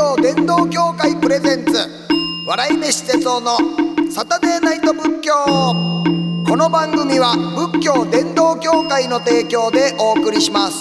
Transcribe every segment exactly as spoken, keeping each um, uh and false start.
教伝道協会プレゼンツ笑い飯哲夫のサタデーナイト仏教。この番組は仏教伝道協会の提供でお送りします。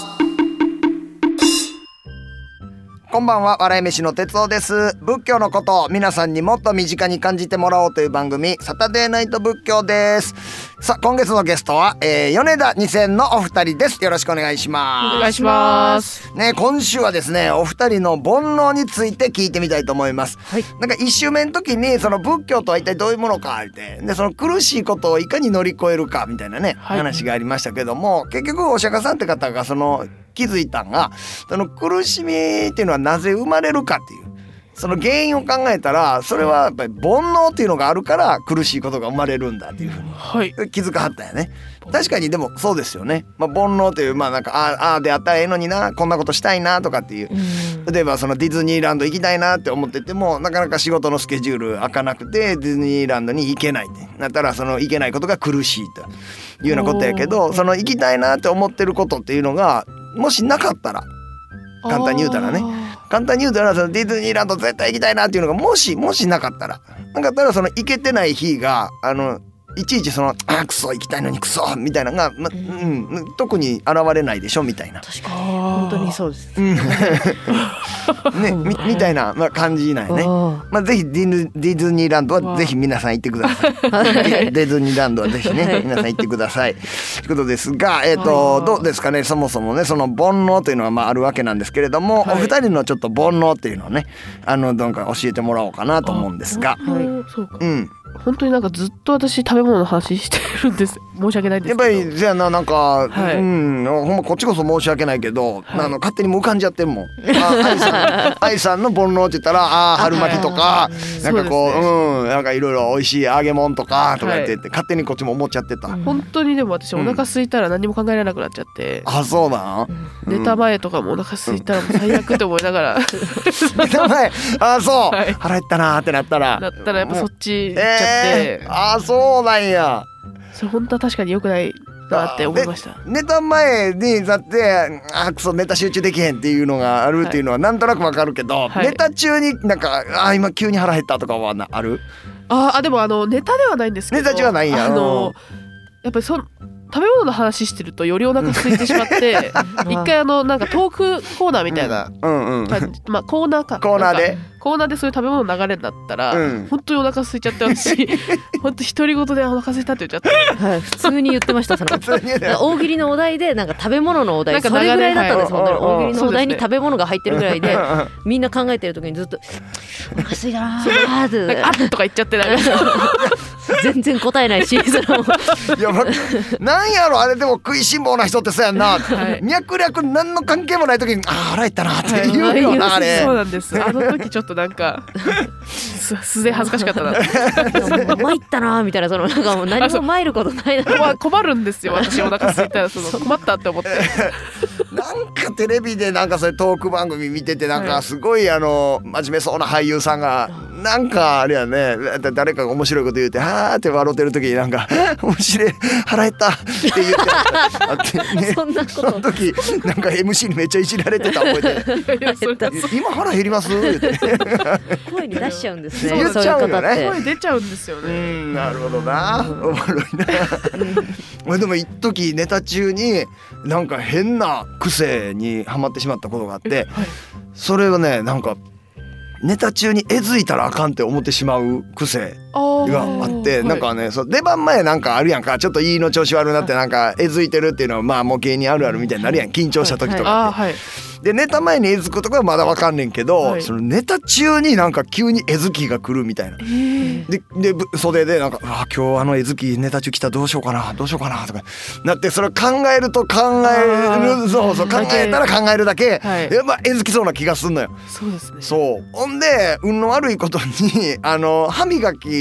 こんばんは、笑い飯の哲夫です。仏教のことを皆さんにもっと身近に感じてもらおうという番組、サタデーナイト仏教です。さあ、今月のゲストは、えー、米田二千のお二人です。よろしくお願いします。 お願いしますね、今週はですね、お二人の煩悩について聞いてみたいと思います。 はい、 なんか一週目の時にその仏教とは一体どういうものかってで、その苦しいことをいかに乗り越えるかみたいなね、はい、話がありましたけども、結局お釈迦さんって方がその気づいたんが、その苦しみっていうのはなぜ生まれるかっていう、その原因を考えたら、それはやっぱり煩悩っていうのがあるから苦しいことが生まれるんだっていうふうに、はい、気づかはったよね。確かにでもそうですよね、まあ、煩悩という、まあなんかああであったらええのにな、こんなことしたいなとかっていう、例えばそのディズニーランド行きたいなって思ってても、なかなか仕事のスケジュール開かなくてディズニーランドに行けないってなったら、その行けないことが苦しいというようなことやけど、その行きたいなって思ってることっていうのがもしなかったら、簡単に言うたらね簡単に言うたらそのディズニーランド絶対行きたいなっていうのがもしもしなかったらなかったらその行けてない日が、あのいちいちそのあクソ行きたいのにクソみたいなのが、まうん、特に現れないでしょみたいな。 確かに本当にそうです、 うんね、み, みたいな、まあ、感じなんよね。まあ、ぜひディ, ディズニーランドはぜひ皆さん行ってください。ディズニーランドはぜひね皆さん行ってくださいということですが、えーと、どうですかね、そもそもねその煩悩というのはまああるわけなんですけれども、はい、お二人のちょっと煩悩っていうのをね、あのなんか教えてもらおうかなと思うんですが、 はい、そうか、 うん、 本当になんかずっと私食べ物の話してるんです。申し訳ないんですけど。 やっぱりじゃあな、なんか、はい、うん、ほんまこっちこそ申し訳ないけど、はい、あの勝手にも浮かんじゃってんもん。愛さん、愛さんの煩悩って言ったら、ああ春巻きとか、なんかこう、うね、うん、なんかいろいろ美味しい揚げ物とかとか言って、はい、勝手にこっちも思っちゃってた。 本当にでも私お腹空いたら何も考えられなくなっちゃって。 うん、あ、そうなん。 うん、寝た前とかもお腹空いたらもう最悪って思いながら。 寝た前、あ、そう、はい、腹減ったなーってなったら。 なったらやっぱそっち行っちゃって。えーあ、そうなんや。 それ本当は確かに良くないなって思いました。 寝た前にだってあくそネタ集中できへんっていうのがあるっていうのはなんとなくわかるけど、はい、ネタ中になんかあ今急に腹減ったとかはなある？ ああ、でもあのネタではないんですけど、 ネタ中はないんや。 あのやっぱりそ食べ物の話してるとよりお腹空いてしまって一回あのなんかトークコーナーみたいな、うんうんうん、まあコーナーかコーナーでコーナーでそういう食べ物流れになったら、うん、本当にお腹空いちゃって私本当独り言でお腹空いたって言っちゃって、 はい、普通に言ってましたその大喜利のお題でなんか食べ物のお題それぐらいだったんです、はい、本当に大喜利のお題に食べ物が入ってるぐらいでみんな考えてる時にずっとお腹空いたなーってなんかあっとか言っちゃってない全然答えないしそのいや、ま、なんやろあれ。でも食いしん坊な人ってそうやんな、はい、脈略何の関係もない時にあ腹減ったなって言うよな、はい、あれ。 そうなんです。あの時ちょっとなんかす素で恥ずかしかったな参ったなみたいな、そのなんかもう何も参ることないな困るんですよ私、お腹空いたらその困ったって思ってなんかテレビでなんかそういうトーク番組見てて、なんかすごいあの真面目そうな俳優さんがなんかあれやね、誰かが面白いこと言うてはーって笑ってる時になんか面白い腹減ったって言ってあってね、 そんなことその時なんか エムシー にめっちゃいじられてた覚えてる。いやいや今腹減ります言って声に出しちゃうんですね。 言っちゃうよね。 声出ちゃうんですよね。 うん、なるほどな、おもろいな俺でも一時ネタ中になんか変な癖にハマってしまったことがあって、はい、それはね、なんかネタ中にえずいたらあかんって思ってしまう癖があって、なんかね、そう出番前なんかあるやんか、ちょっと胃の調子悪くなってなんかえずいてるっていうのはまあもう芸人あるあるみたいになるやん、緊張した時とかって、はいはい、でネタ前にえずくとかはまだわかんねんけど、はい、そのネタ中になんか急にえずきが来るみたいな、で, で袖でなんかあ今日あのえずきネタ中来たどうしようかなどうしようかなとかなって、それを考えると考える、そうそう考えたら考えるだけ、はい、やっぱえずきそうな気がすんのよ。 そうですね。 そうほんで運の悪いことにあの歯磨き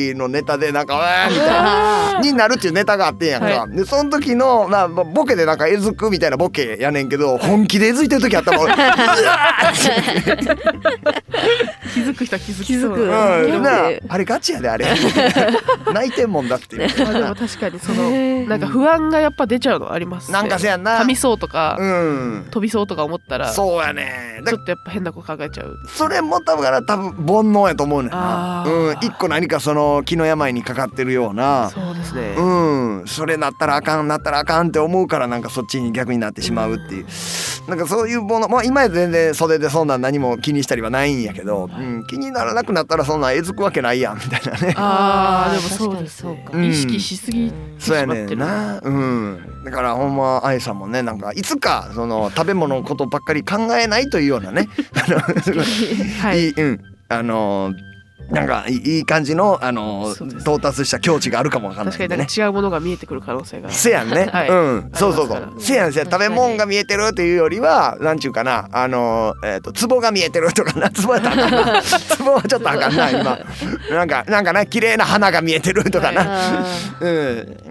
キのネタでなんか「わー」みたいなになるっていうネタがあってんやんか、はい、でその時のまあボケでなんかえずくみたいなボケやねんけど、本気でえずいてる時あったもん気づく人は気づ気づく、 うん、なあ、あれガチやであれ泣いてんもんだっていう。 まあでも確かにそのなんか不安がやっぱ出ちゃうのありますね。 なんかせやんな、 噛みそうとか、 うん、 飛びそうとか思ったらそうやね、 ちょっとやっぱ変なこと考えちゃう。 それも多分から多分煩悩やと思うねんな。うん、一個何かその気の病にかかってるような。 そうですね。 うん、それなったらあかんなったらあかんって思うからなんかそっちに逆になってしまうっていう。なんかそういうもの、まあ今や全然袖でそんなん何も気にしたりはないんやけど、うん、気にならなくなったらそんなんえずくわけないやんみたいなね。 ああでもそうですね。うん、意識しすぎてしまってる。そうやねんな。うん。だからほんま愛さんもね、なんかいつかその食べ物のことばっかり考えないというようなね、はい、いい、うん、あのなんかいい感じの、あのー、到達した境地があるかもわかんないんでね。 確かに違うものが見えてくる可能性が。 せやんね。はい、うん、そうそうそう。せやんせやん、食べ物が見えてるっていうよりは、なんちゅうかな、あのー、えっと壺が見えてるとかな、壺やったらあかんな。壺はちょっとあかんな今。なんかなんかな、綺麗な花が見えてるとかな。はい、うん、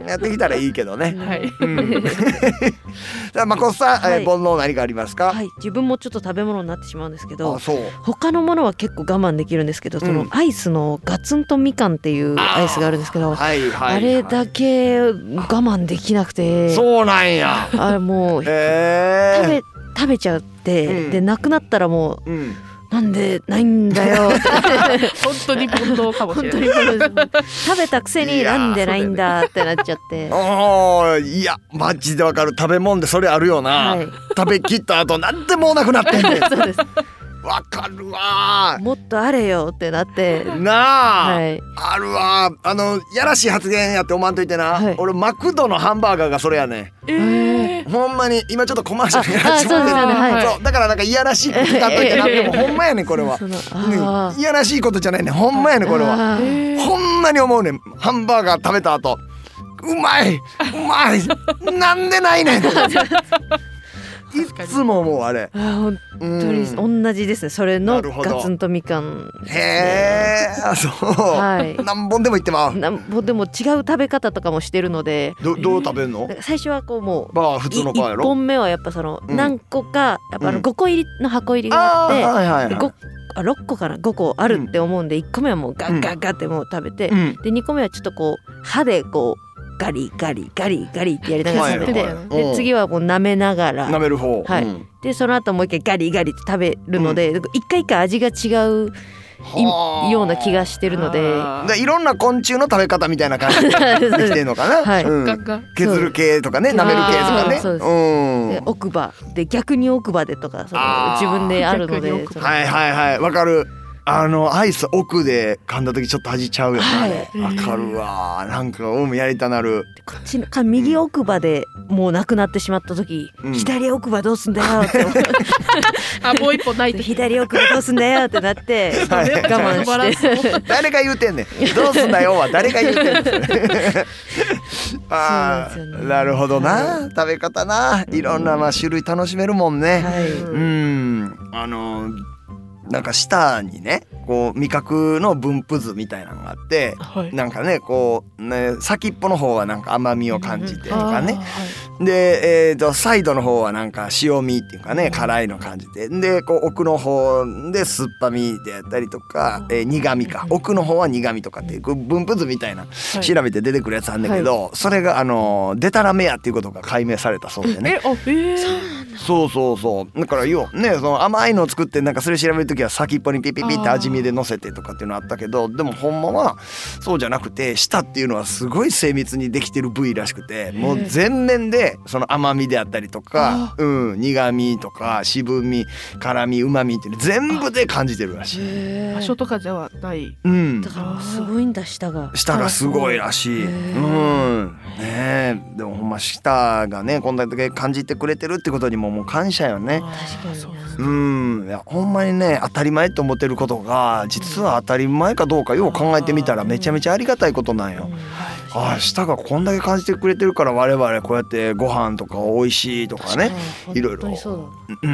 やってきたらいいけどね。はい。うん、さあまこっさん、はい、えー、煩悩何かありますか？ はい、自分もちょっと食べ物になってしまうんですけど、 あ、そう。 他のものは結構我慢できるんですけど、その、うん、アイスのガツンとみかんっていうアイスがあるんですけど、あ、はいはいはい、あれだけ我慢できなくて。 そうなんや。 あれもう、えー、食べ食べちゃって、うん、でなくなったらもう、うん、なんでないんだよ本当に煩悩かもしれない食べたくせになんでないんだってなっちゃって。 あ、いやマジでわかる。食べ物でそれあるよな、はい、食べきった後なんでもうなくなってんねんそうです、わかるわ。 もっとあれよってなってなあ、はい、あるわ。あのやらしい発言やって思わんといてな、はい、俺マクドのハンバーガーがそれやねん。えー、ほんまに今ちょっとコマーシャルやらしてもらってる、はい、そうだからなんかいやらしいこと聞かんといてなっても、ほんまやねんこれは、うん、いやらしいことじゃないねん、ほんまやねんこれは。ほんまに思うねん。ハンバーガー食べた後うまいうまいなんでないねんいつももうあれ、 あ、本当に同じですね。それのガツンとみかん、ね、 へえ、そう、はい、何本でも言ってまう。 何本でも違う食べ方とかもしてるので。 ど, どう食べるの？ 最初はこうもう、 まあ、普通のパンやろ。 いっぽんめはやっぱその何個か、やっぱあのごこ入りの箱入りがあって、うん、あ、はいはいはい、ごあろっこかなごこあるって思うんで、いっこめはもうガッガッガッってもう食べて、うん、でにこめはちょっとこう歯でこうガリガリガリガリってやりながら食べて、はいはい、で次はこう舐めながら舐める方、 はい、うん、でその後もう一回ガリガリって食べるので、うん、一回一回味が違うような気がしてるので、 でいろんな昆虫の食べ方みたいな感じでできてるのかな、はい、うん、削る系とかね、舐める系とかね、 そうです、うん、で奥歯で逆に奥歯でとかその自分であるので、 はいはいはい、わかる。あのアイス奥で噛んだ時ちょっと味ちゃうよね、はい、わかるわ。なんかうん、やりたなる。 こっちのか右奥歯でもうなくなってしまった時、うん、左奥歯どうすんだよってあ、もう一本ないと左奥歯どうすんだよってなって、はい、我慢して誰が言うてんねん、どうすんだよは誰が言うてんねんあー、なるほどな、はい、食べ方ないろんなまあ種類楽しめるもんね、はい、うん、あのなんか舌にねこう味覚の分布図みたいなのがあって、はい、なんかねこうね先っぽの方はなんか甘みを感じてとかね、うん、で、えー、とサイドの方はなんか塩味っていうかね辛いの感じて、でこう奥の方で酸っぱみであったりとか、えー、苦味か、奥の方は苦味とかっていう分布図みたいな、はい、調べて出てくるやつあんだけど、はい、それがあのデタラメやっていうことが解明されたそうでね。 え、あ、えー、 そうそうそう。だからよね、その甘いのを作ってなんかそれ調べるときは先っぽにピピピって味見で乗せてとかっていうのあったけど、でもほんまはそうじゃなくて、舌っていうのはすごい精密にできてる部位らしくて、もう全面でその甘みであったりとか、うん、苦味とか渋み、辛み、旨みっていうの全部で感じてるらしい。 場所とかではない。 うん。 だからすごいんだ、舌が。 舌がすごいらしい。うん。 ねえ、でもほんま舌がねこんだけ感じてくれてるってことにももう感謝よね。 確かにそうです。 うん、いやほんまにね当たり前と思ってることが実は当たり前かどうかよう考えてみたらめちゃめちゃありがたいことなんよ。ああ、舌がこんだけ感じてくれてるから我々こうやってご飯とか美味しいとかね、いろいろ。うん、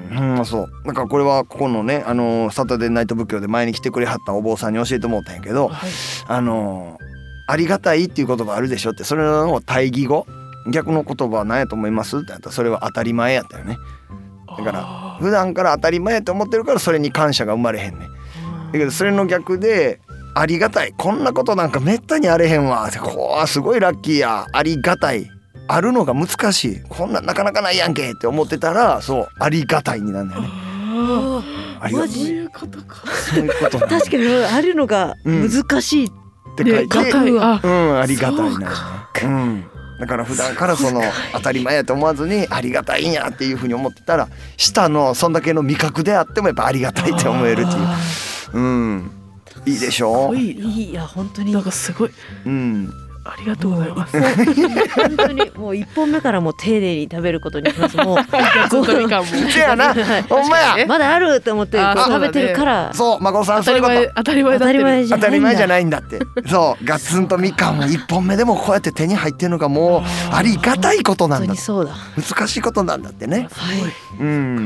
ほんまそう。なんかこれはここのねあのサタデーナイト仏教で前に来てくれはったお坊さんに教えてもらったんやけど、はい、あのありがたいっていう言葉あるでしょって、それの対義語逆の言葉は何やと思いますって言ったらそれは当たり前やったよね。だから普段から当たり前と思ってるからそれに感謝が生まれへんね。だけどそれの逆でありがたい、こんなことなんかめったにあれへんわ、こうすごいラッキーや、ありがたい、あるのが難しい、こんなんなかなかないやんけって思ってたらそうありがたいになるんだよね。 ありがたい、そういうことか。 そういうこと確かにあるのが難しいって書いて、 うん、ありがたいな、うん、だから普段からその当たり前やと思わずにありがたいんやっていうふうに思ってたら舌のそんだけの味覚であってもやっぱありがたいって思えるっていう、うん、いいでしょう。 いい、いや本当になんかすごい、 うん、 ありがとうございます。 本当にもう一本目からもう丁寧に食べることにします。もうずっとみかんもせやな、ほんまや、 まだあると思って食べてるから。 そう、孫さんそういうこと、 当たり前当たり前当たり前じゃないんだって。そうガツンとみかんも一本目でもこうやって手に入ってるのがもうありがたいことなんだ。 本当にそうだ、 難しいことなんだってね。 はい、 うん、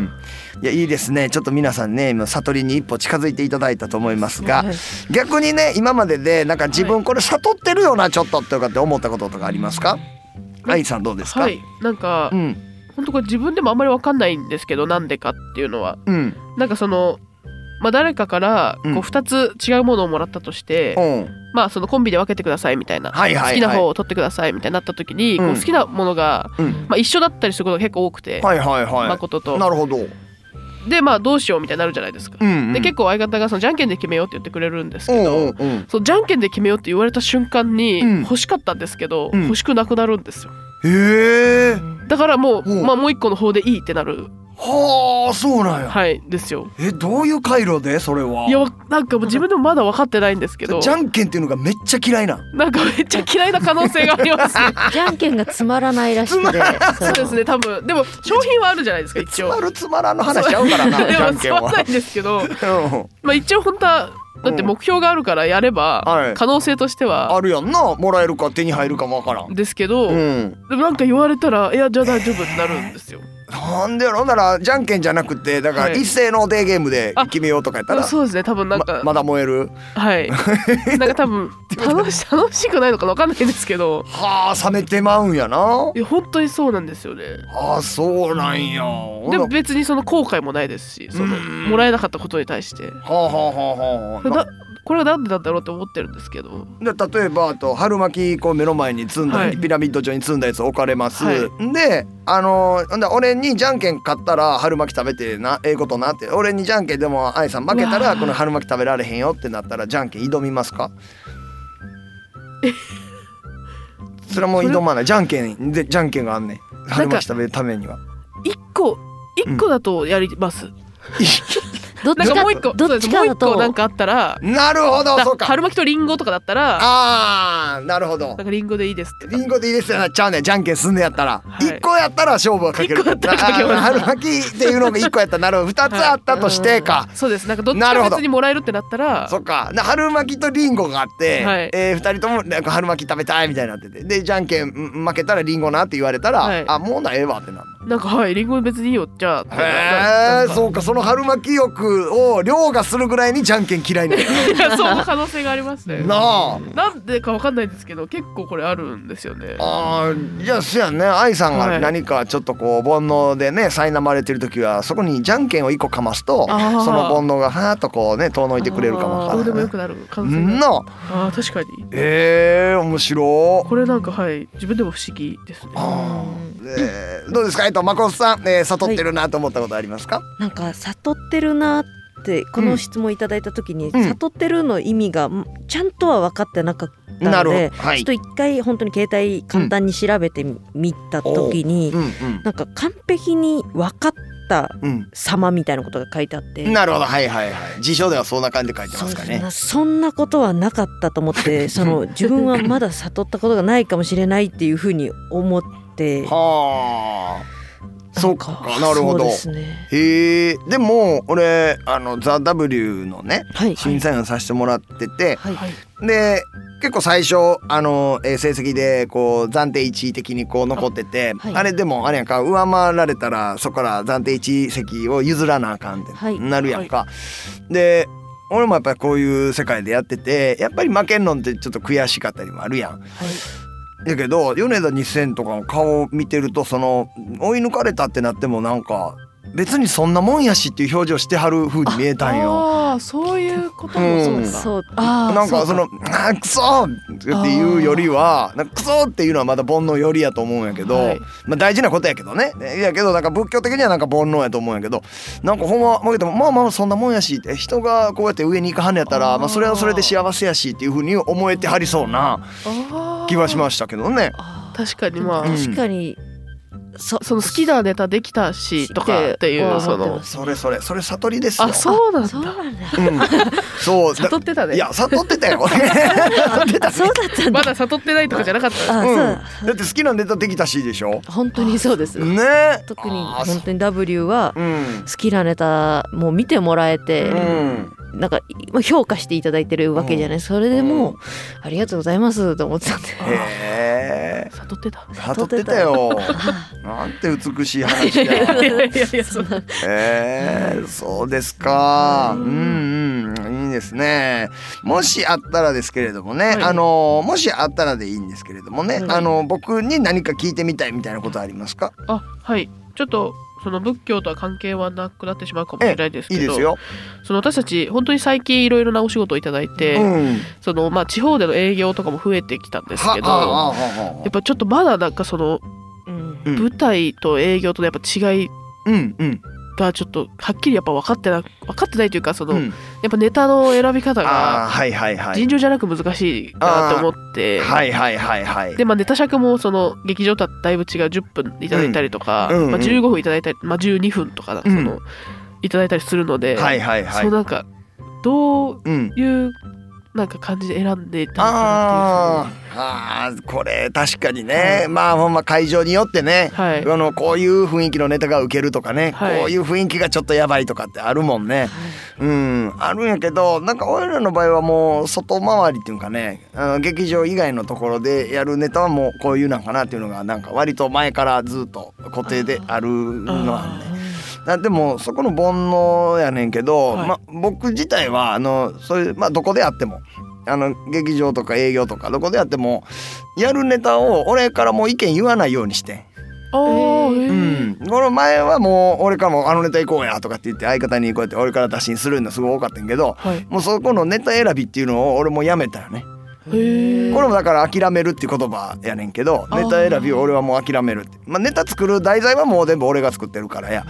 いやいいですね。ちょっと皆さんね今悟りに一歩近づいていただいたと思いますが、はい、逆にね今まででなんか自分これ悟ってるよなちょっとってかって思ったこととかありますか？愛さんどうですか？ はい、なんか、うん、本当これ自分でもあんまり分かんないんですけどなんでかっていうのは、うん、なんかその、まあ、誰かからこうふたつ違うものをもらったとして、うん、まあそのコンビで分けてくださいみたいな、はいはいはい、好きな方を取ってくださいみたいになった時に、うん、こう好きなものが、うんまあ、一緒だったりすることが結構多くて、はいはいはい、誠と。 なるほど。 でまあどうしようみたいになるじゃないですか、うんうん、で結構相方がそのじゃんけんで決めようって言ってくれるんですけど、うんうんうん、そのじゃんけんで決めようって言われた瞬間に欲しかったんですけど、うん、欲しくなくなるんですよ。 へえ。 だからもう、まあ、もう一個の方でいいってなる。 はあ、そうなんや。 はいですよ。 え、どういう回路でそれは？ いやなんかもう自分でもまだ分かってないんですけどじゃんけんっていうのがめっちゃ嫌いななんかめっちゃ嫌いな可能性がありますね。 じゃんけんがつまらないらしくてそうですね多分。でも商品はあるじゃないですか一応。 つまるつまらんの話しちゃうからな。 でもつまらないんですけどまあ一応本当はだって目標があるからやれば可能性としてはあるやんな。もらえるか手に入るかもわからんですけど、うん、でもなんか言われたらいやじゃあ大丈夫ってなるんですよ。 なんでやろならじゃんけんじゃなくてだから一斉のデーゲームで決めようとかやったら、はい、 そうですね多分なんか ま, まだ燃える。はいなんか多分楽し楽しくないのか分かんないんですけどはあ冷めてまうんやな。 いや本当にそうなんですよね。 はあそうなんや。 でも別にその後悔もないですしそのもらえなかったことに対してはあはあはあはあだこれはなんでなんだろうって思ってるんですけど。 で例えばあと春巻きこう目の前に積んだ、はい、ピラミッド状に積んだやつ置かれます、はい、であのー、俺にじゃんけん勝ったら春巻き食べてなええことなって、俺にじゃんけんでも愛さん負けたらこの春巻き食べられへんよってなったらじゃんけん挑みますか？それはもう挑まない。じゃんけんでじゃんけんがあんねん春巻き食べるためには。 一個一個だとやります、うんどっちかもう一個どっちかだともう一個なんかあったらなるほどそうか春巻きとリンゴとかだったらあーなるほどなんかリンゴでいいですってリンゴでいいですってなっちゃうね。じゃんけんすんのやったら一、はい、個やったら勝負はかける。 一個やったらかけます。 春巻きっていうのが一個やったらなるほど二つあったとしてか、 はい、そうですなんかどっちか別にもらえるってなったらそっか春巻きとリンゴがあって、はいえー、二人ともなんか春巻き食べたいみたいになっててでじゃんけん負けたらリンゴなって言われたら、はい、あもうなええわってなるなんかはいリンゴ別にいいよじゃあへえそうかその春巻き欲を凌駕するぐらいにじゃんけん嫌いなの。いやその可能性がありますね。 なあなんでかわかんないんですけど結構これあるんですよね。 ああじゃあそうやね愛さんが何かちょっとこう煩悩でね苛まれてる時はそこにじゃんけんを一個かますとその煩悩がはーっとこうね遠のいてくれるかもわからない。 どうでもよくなる可能性がああ確かにえー面白い。 これなんかはい自分でも不思議ですね。あえー、どうですかえっとまこさん、えー、悟ってるなと思ったことありますか？はい、 なんか悟ってるなってこの質問いただいた時に、うん、悟ってるの意味がちゃんとは分かってなかったので、はい、ちょっと一回本当に携帯簡単に調べてみた時に、うんうんうん、なんか完璧に分かっった様みたいなことが書いてあって、 うん、なるほど、はいはいはい、辞書ではそんな感じで書いてますかね。 そ, そんなことはなかったと思ってその自分はまだ悟ったことがないかもしれないっていうふうに思ってはあ、そっか、なるほど。そうですね。へえ。でも俺あのザ・ W のね、はい、審査員をさせてもらってて、はいはい、で結構最初あの、えー、成績でこう暫定いちい的にこう残ってて、あ、はい、あれでもあれやんか、上回られたらそこから暫定いち席を譲らなあかんってなるやんか、はい、で俺もやっぱりこういう世界でやってて、やっぱり負けんのってちょっと悔しかったりもあるやん、はい、だけど米田にせんとかの顔を見てると、その追い抜かれたってなってもなんか別にそんなもんやしっていう表情してはる風に見えたんよ。 ああ、そういうこともそうか、うん、 そう、 あなんかそのあクソっていうよりはなんかクソっていうのはまだ煩悩よりやと思うんやけど、はい、まあ大事なことやけどね、やけどなんか仏教的にはなんか煩悩やと思うんやけど、なんかほんま負けてもまあまあそんなもんやしって、人がこうやって上に行かはんのやったらまあそれはそれで幸せやしっていう風に思えてはりそうな気はしましたけどね。 確かに、まあ確かに、 そ, その好きなネタできたしとかっていうそのそれそれそれ悟りですよ。 あ、そうなんだ。 そうなんだ、うん、 そう悟ってたね。 いや悟ってたよ悟ってた、ね、 そうだったんだ。 まだ悟ってないとかじゃなかった。 あ、うん、だって好きなネタできたしでしょ。 本当にそうですね。 特に本当に ダブリュー は好きなネタもう見てもらえて、うん、なんか評価していただいてるわけじゃない、うん、それでもう、うん、ありがとうございますと思ってたんで。 へー、 悟ってた悟ってたよなんて美しい話だ。 いやいやいや、そんなえー、そうですか。うんうん、いいですね。もしあったらですけれどもね、はい、あのもしあったらでいいんですけれどもね、はい、あの僕に何か聞いてみたいみたいなことありますか？ あ、はい、ちょっとその仏教とは関係はなくなってしまうかもしれないですけど、 いいですよ。 その私たち本当に最近いろいろなお仕事をいただいて、うん、そのまあ地方での営業とかも増えてきたんですけど、やっぱちょっとまだなんかその、うん、舞台と営業とのやっぱ違いがちょっとはっきりやっぱ分かってな分かってないというか、その、うん、やっぱネタの選び方が尋常じゃなく難しいなと思って、 はいはいはいはい、 で、まあ、ネタ尺もその劇場とはだいぶ違うじゅっぷんいただいたりとか、うんうんうん、まあ、じゅうごふんいただいたり、まあ、じゅうにふんとかその、うん、いただいたりするので、はいはいはい、そうなんかどういうなんか感じで選んでいたのかなっていう。 ああ、これ確かにね、はい、まあほんま会場によってね、はい、あのこういう雰囲気のネタがウケるとかね、はい、こういう雰囲気がちょっとやばいとかってあるもんね、はい、うんあるんやけど、なんか俺らの場合はもう外回りっていうかね、あの劇場以外のところでやるネタはもうこういうなんかなっていうのがなんか割と前からずっと固定であるのはね。でもそこの煩悩やねんけど、はい、ま、僕自体はあのそういう、まあ、どこであってもあの劇場とか営業とかどこでやってもやるネタを俺からもう意見言わないようにして、 あー、 うん、この前はもう俺からもあのネタ行こうやとかって言って相方にこうやって俺から打診するのすごい多かったんやけど、はい、もうそこのネタ選びっていうのを俺もやめたよね。へー、これもだから諦めるっていう言葉やねんけど、ネタ選びを俺はもう諦めるって、まあ、ネタ作る題材はもう全部俺が作ってるからや、はい、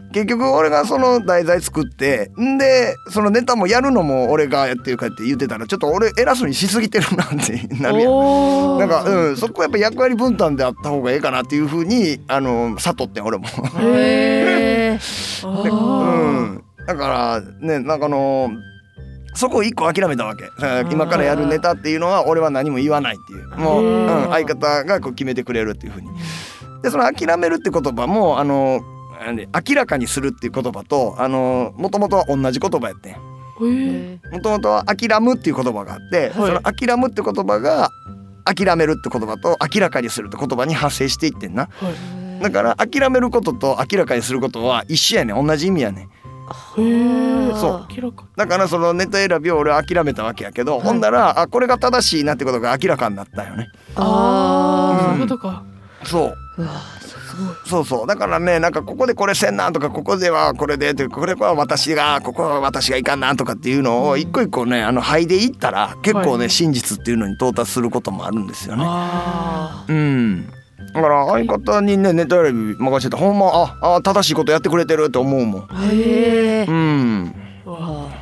結局俺がその題材作ってんでそのネタもやるのも俺がやってるかって言ってたらちょっと俺偉そうにしすぎてるなってなるやん。なんか、うん、そこはやっぱ役割分担であった方がいいかなっていう風にあの悟って俺もへーうん、だからね、なんかあのそこを一個諦めたわけ。今からやるネタっていうのは俺は何も言わないっていう、もう、うん、相方がこう決めてくれるっていう風に。でその諦めるって言葉もあの明らかにするっていう言葉とあのもともとは同じ言葉やってん。もともとは諦むっていう言葉があって、はい、その諦むって言葉が諦めるって言葉と明らかにするって言葉に派生していってんな、はい、だから諦めることと明らかにすることは一緒やねん、同じ意味やねん。 へー、 そうだからそのネタ選びを俺は諦めたわけやけど、はい、ほんだらあこれが正しいなってことが明らかになったよね。 ああ、うん、そういうことか。 そう、うわすごい。そうそう、だからね、なんかここでこれせんなとかここではこれでってこれは私がここは私がいかんなとかっていうのを一個一個ねあの肺でいったら結構ね、はい、真実っていうのに到達することもあるんですよね。あ、うん、だから相方にねネタ選び任せてほんまああ正しいことやってくれてるって思うもん。へえ、うん。わあ。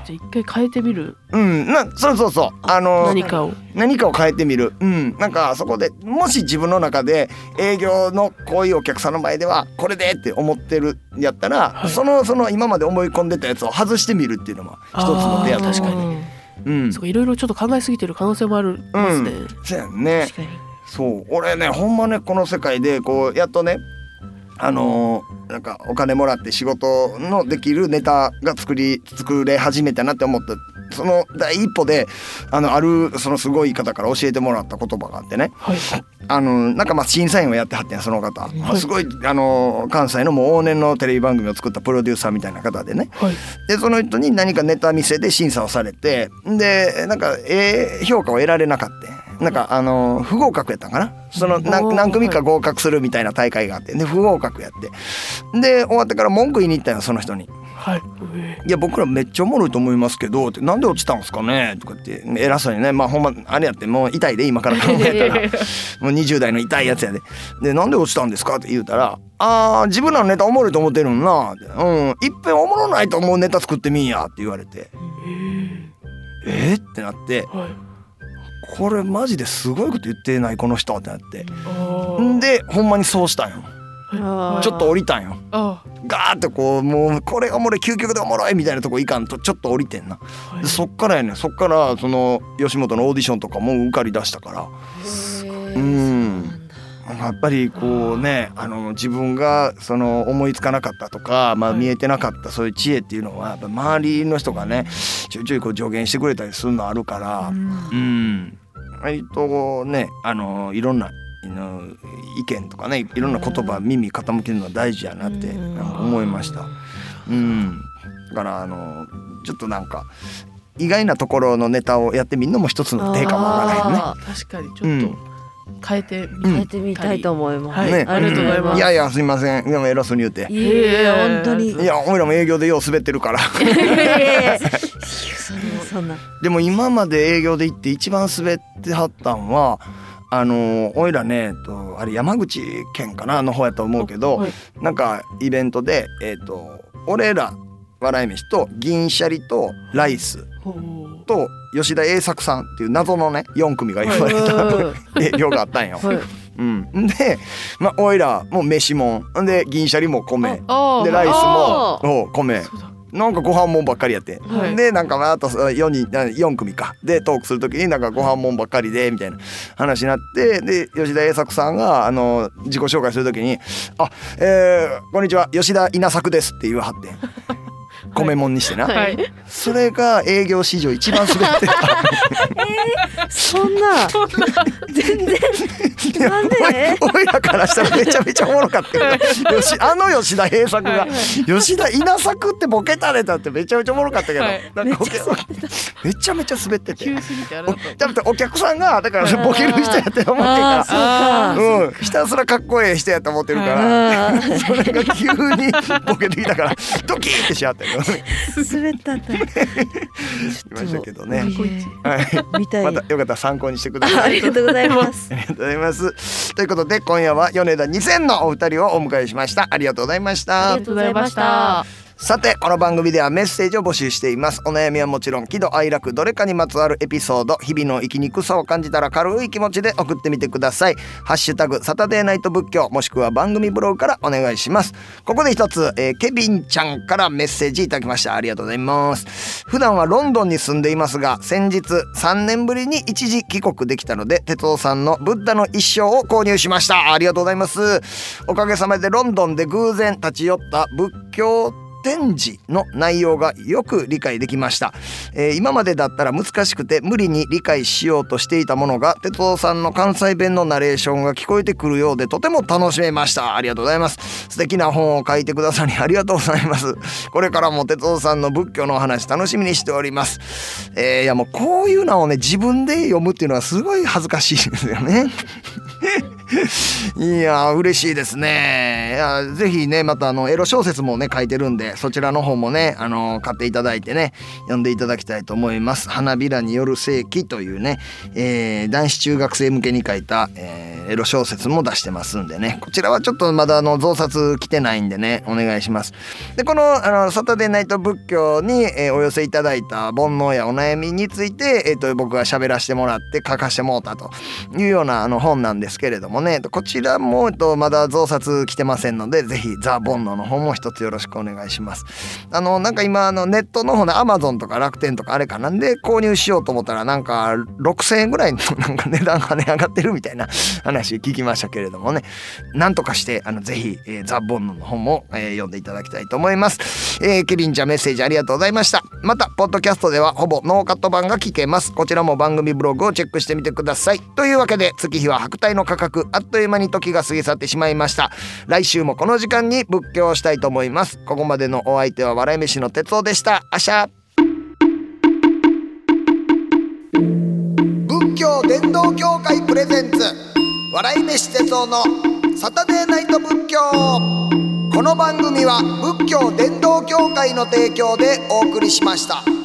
じゃあ一回変えてみる。 うんなそうそうそうあの何かを何かを変えてみる。うんなんかそこでもし自分の中で営業のこういうお客さんの前ではこれでって思ってるやったら、はい、そのその今まで思い込んでたやつを外してみるっていうのも一つの手や。 確かに。うん、そういろいろちょっと考えすぎてる可能性もあるますね。 うん、そうやね。確かに。そう俺ねほんまねこの世界でこうやっとねあのー、なんかお金もらって仕事のできるネタが作り作れ始めたなって思ったその第一歩であのあるそのすごい方から教えてもらった言葉があってね、はい、あのなんかまあ審査員をやってはってんその方、はいまあ、すごいあの関西のもう往年のテレビ番組を作ったプロデューサーみたいな方でね、はい、でその人に何かネタ見せで審査をされてでなんかええ評価を得られなかったなんかあの不合格やったんかなその 何, 何組か合格するみたいな大会があってで不合格やってで終わってから文句言いに行ったよその人に。はい、いや僕らめっちゃおもろいと思いますけどってなんで落ちたんすかねとかって偉そうにねまあほんまあれやってもう痛いで今から考えたらもうにじゅう代の痛いやつやででなんで落ちたんですかって言うたらあー自分らのネタおもろいと思ってるんなってうんいっぺんおもろないと思うネタ作ってみんやって言われてえー、ってなって、はいこれマジですごいこと言ってないこの人ってなってんでほんまにそうしたんよちょっと降りたんよガーってこうもうこれおもろい究極でおもろいみたいなとこいかんとちょっと降りてんな、はい、そっからやねそっからその吉本のオーディションとかも受かりだしたからうんやっぱりこうねあの自分がその思いつかなかったとか、まあ、見えてなかったそういう知恵っていうのはやっぱ周りの人がねちょいちょいこう助言してくれたりするのあるからうん割とねあのいろんな意見とかねいろんな言葉耳傾けるのは大事やなってなんか思いました。うんだからあのちょっとなんか意外なところのネタをやってみるのも一つの手かもわからないよね。 確かにちょっと、うん変えて変えてみたいと思います、 はいね、ありがとうございます、 うん、いやいやすみませんでも偉そうに言うていやいや本当にいやおいらも営業でよう滑ってるからそんなでも今まで営業で行って一番滑ってはったんはあのおいらねとあれ山口県かなの方やと思うけど、はい、なんかイベントでえっと俺ら笑い飯と銀シャリとライスと吉田栄作さんっていう謎のねよん組が言われた営業があったんよ、はいうん、で、まあ、おいらも飯もんで銀シャリも米でライスも米なんかご飯もんばっかりやって、はい、でなんかまああとよにんよん組かでトークするときになんかご飯もんばっかりでみたいな話になってで吉田栄作さんがあの自己紹介するときに「あ、えー、こんにちは吉田稲作です」って言わはってん米もんにしてな、はい、それが営業史上一番滑ってたえー、そんな全然なんでおいらからしたらめちゃめちゃおもろかったけどあの吉田栄作が吉田稲作ってボケたれたってめちゃめちゃおもろかったけど、はい、なんかめちゃめちゃ滑ってて急すぎてあれだったお客さんがだからボケる人やって思ってるからうん、ひたすらかっこええ人やと思ってるからそれが急にボケてきたからドキーってしちゃったよ滑ったんだ。 言いましたけどね。はい。 見たい。 またよかったら参考にしてください。 ありがとうございます。 ありがとうございます。ということで今夜は米田にせんのお二人をお迎えしました。ありがとうございました。 ありがとうございました。 さてこの番組ではメッセージを募集しています。お悩みはもちろん喜怒哀楽どれかにまつわるエピソード日々の生きにくさを感じたら軽い気持ちで送ってみてください。ハッシュタグサタデーナイト仏教もしくは番組ブログからお願いします。ここで一つ、えー、ケビンちゃんからメッセージいただきました。ありがとうございます。普段はロンドンに住んでいますが先日さんねんぶりに一時帰国できたので哲夫さんのブッダの一生を購入しました。ありがとうございます。おかげさまでロンドンで偶然立ち寄った仏教展示の内容がよく理解できました、えー、今までだったら難しくて無理に理解しようとしていたものが哲夫さんの関西弁のナレーションが聞こえてくるようでとても楽しめました。ありがとうございます。素敵な本を書いてくださりありがとうございます。これからも哲夫さんの仏教のお話楽しみにしております、えー、いやもうこういうのをね自分で読むっていうのはすごい恥ずかしいですよねいや嬉しいですね。いやぜひねまたあのエロ小説もね書いてるんでそちらの方もねあの買っていただいてね読んでいただきたいと思います。花びらによる世紀というね、えー、男子中学生向けに書いた、えー、エロ小説も出してますんでねこちらはちょっとまだあの増刷来てないんでねお願いします。でこのあのサタデーナイト仏教に、えー、お寄せいただいた煩悩やお悩みについて、えー、と僕が喋らせてもらって書かしてもらったというようなあの本なんですけれどもねこちらも、えっと、まだ増刷来てませんのでぜひザ・ボンノの方も一つよろしくお願いします。あのなんか今あのネットの方で アマゾン とか楽天とかあれかなんで購入しようと思ったらなんかろくせんえんぐらいのなんか値段がね上がってるみたいな話聞きましたけれどもねなんとかしてあのぜひ、えー、ザ・ボンノの本も、えー、読んでいただきたいと思います。えー、ケビンちゃんメッセージありがとうございました。またポッドキャストではほぼノーカット版が聞けます。こちらも番組ブログをチェックしてみてください。というわけで月日は白帯の価格あっという間に時が過ぎ去ってしまいました。来週もこの時間に仏教をしたいと思います。ここまでのお相手は笑い飯の哲夫でした。あしゃ仏教伝道協会プレゼンツ笑い飯哲夫のサタデーナイト仏教。この番組は仏教伝道協会の提供でお送りしました。